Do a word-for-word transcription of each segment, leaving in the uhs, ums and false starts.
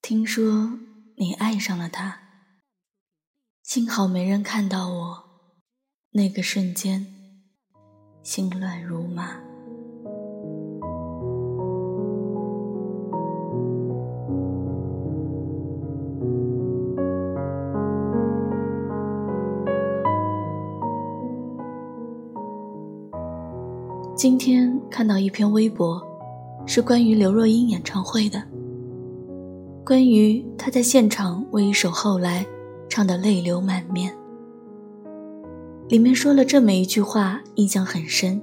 听说你爱上了他，幸好没人看到我，那个瞬间心乱如麻。今天看到一篇微博，是关于刘若英演唱会的，关于她在现场为一首《后来》唱得泪流满面。里面说了这么一句话，印象很深：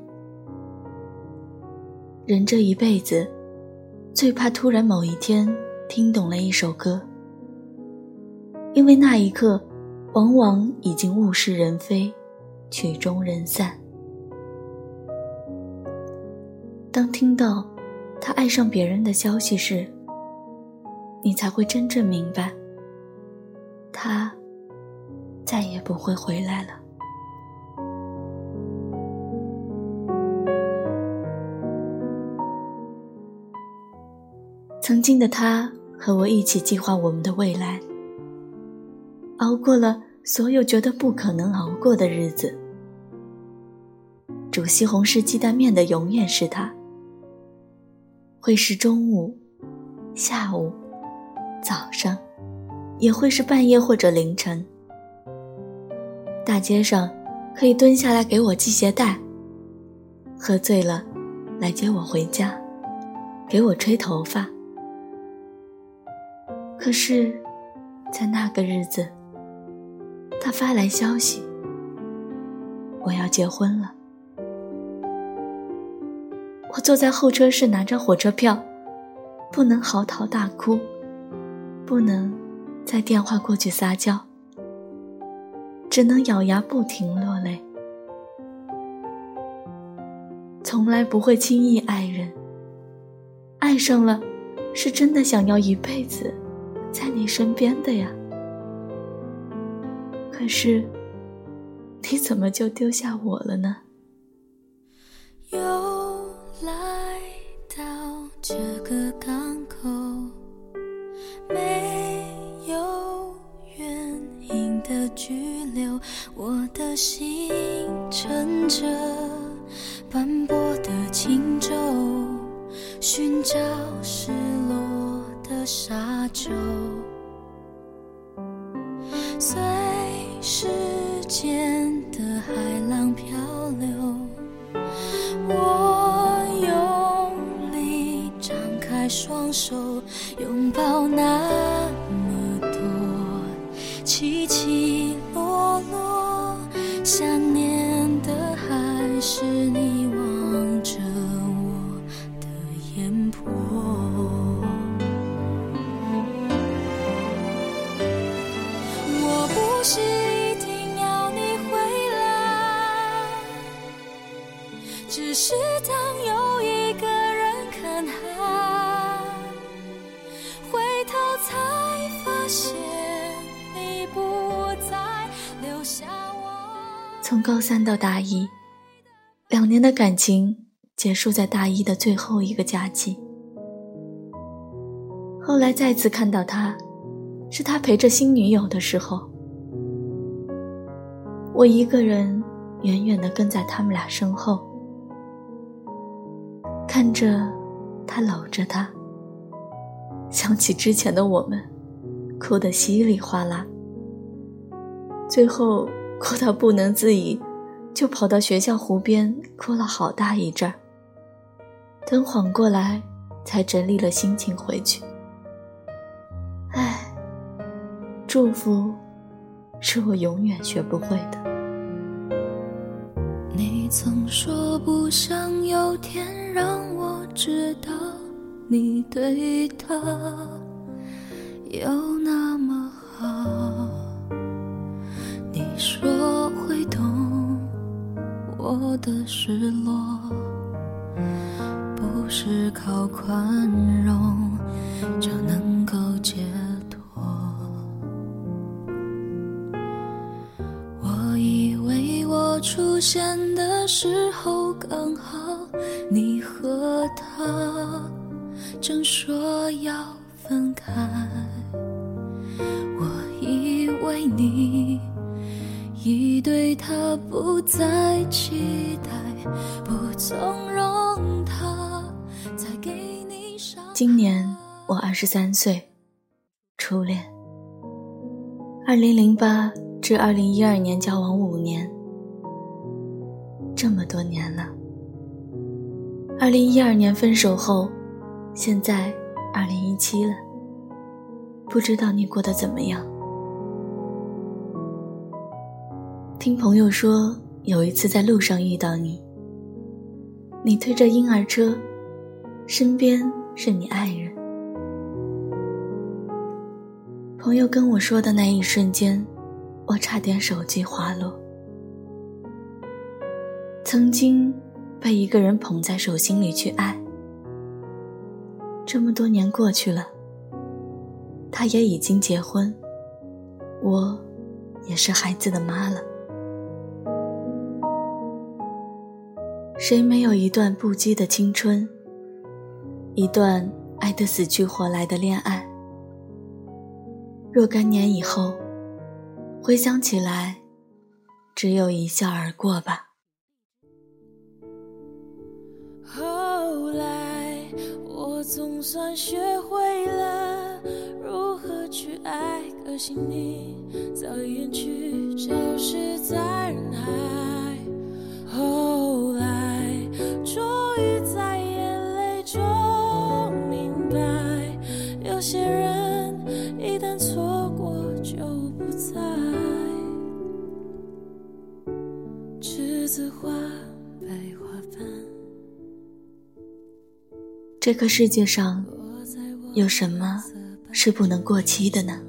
人这一辈子最怕突然某一天听懂了一首歌，因为那一刻往往已经物是人非，曲终人散。当听到他爱上别人的消息时，你才会真正明白，他再也不会回来了。曾经的他和我一起计划我们的未来，熬过了所有觉得不可能熬过的日子。煮西红柿鸡蛋面的永远是他，会是中午、下午、早上，也会是半夜或者凌晨。大街上可以蹲下来给我系鞋带，喝醉了来接我回家，给我吹头发。可是在那个日子，他发来消息，我要结婚了。我坐在候车室拿着火车票，不能嚎啕大哭，不能在电话过去撒娇，只能咬牙不停落泪。从来不会轻易爱人，爱上了是真的想要一辈子在你身边的呀。可是你怎么就丢下我了呢？ 又来到这个港口，没有原因的拘留，我的心乘着斑驳的轻舟，寻找失落的沙洲，随时间的海浪漂流，我用力张开双手，拥抱那么多起起落落，想念的还是你望着我的眼波。我不是一定要你回来，只是当有一个人看海，回头才发现你不再留下我。 从高三到大一，两年的感情结束在大一的最后一个假期。后来再次看到他，是他陪着新女友的时候。我一个人远远地跟在他们俩身后，看着他搂着她，想起之前的我们，哭得稀里哗啦，最后哭到不能自已，就跑到学校湖边哭了好大一阵儿。等缓过来，才整理了心情回去。唉，祝福是我永远学不会的。 你曾说不想有天让我知道你对他有那么好，你说会懂我的失落，不是靠宽容就能够解脱。我以为我出现的时候刚好你和他正说要分开， 他不再期待，不纵容他再给你伤害。 今年我二十三岁，初恋。二零零八至二零一二年交往五年，这么多年了。二零一二年分手后，现在二零一七了，不知道你过得怎么样？听朋友说，有一次在路上遇到你，你推着婴儿车，身边是你爱人。朋友跟我说的那一瞬间，我差点手机滑落。曾经被一个人捧在手心里去爱，这么多年过去了，他也已经结婚，我也是孩子的妈了。谁没有一段不羁的青春，一段爱得死去活来的恋爱？若干年以后，回想起来，只有一笑而过吧。 后来我总算学会了如何去爱，可惜你早已远去，消失在人海。后来终于在眼泪中明白，有些人一旦错过就不再。栀子花白花瓣， 这个世界上有什么是不能过期的呢？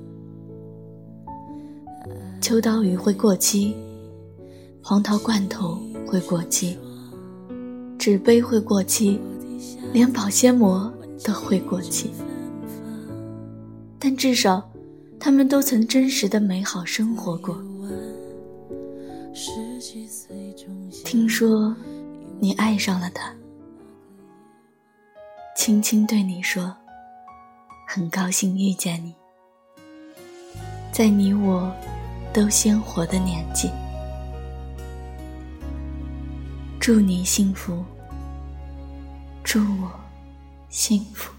秋刀鱼会过期，黄桃罐头会过期，纸杯会过期，连保鲜膜都会过期。但至少他们都曾真实的美好生活过。听说你爱上了他，轻轻对你说，很高兴遇见你，在你我都鲜活的年纪。祝你幸福，祝我幸福。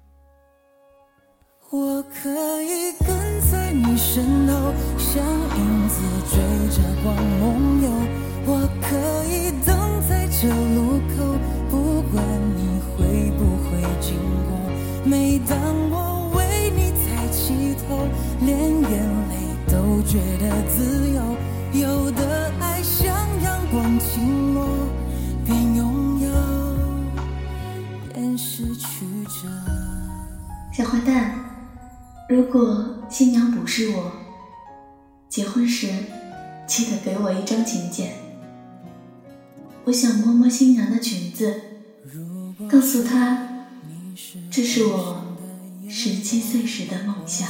我可以跟在你身后，像影子追着光梦游。我可以等在这路口，不管你会不会经过。每当我为你抬起头，连眼泪都觉得自由。有的爱像阳光倾落，边拥有边失去着。 小坏蛋，如果新娘不是我，结婚时记得给我一张请柬。我想摸摸新娘的裙子，告诉她，这是我十七岁时的梦想。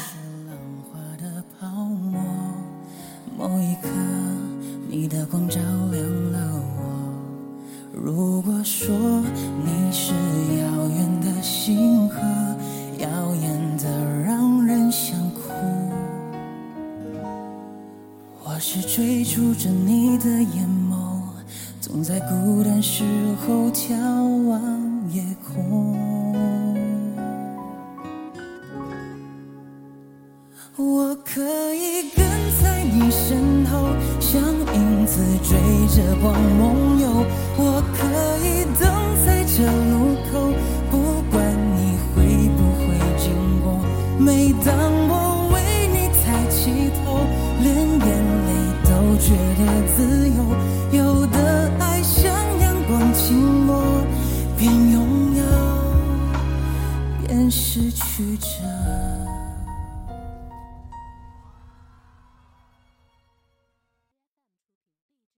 某一刻，你的光照亮了我。如果说你是遥远的星河，耀眼的让人想哭。我是追逐着你的眼眸，总在孤单时候眺望夜空。我可以跟在你身后，像影子追着光梦游。我可以等在这路口，不管你会不会经过。每当我为你抬起头，连眼泪都觉得自由。有的爱像阳光倾落，边拥有边失去着。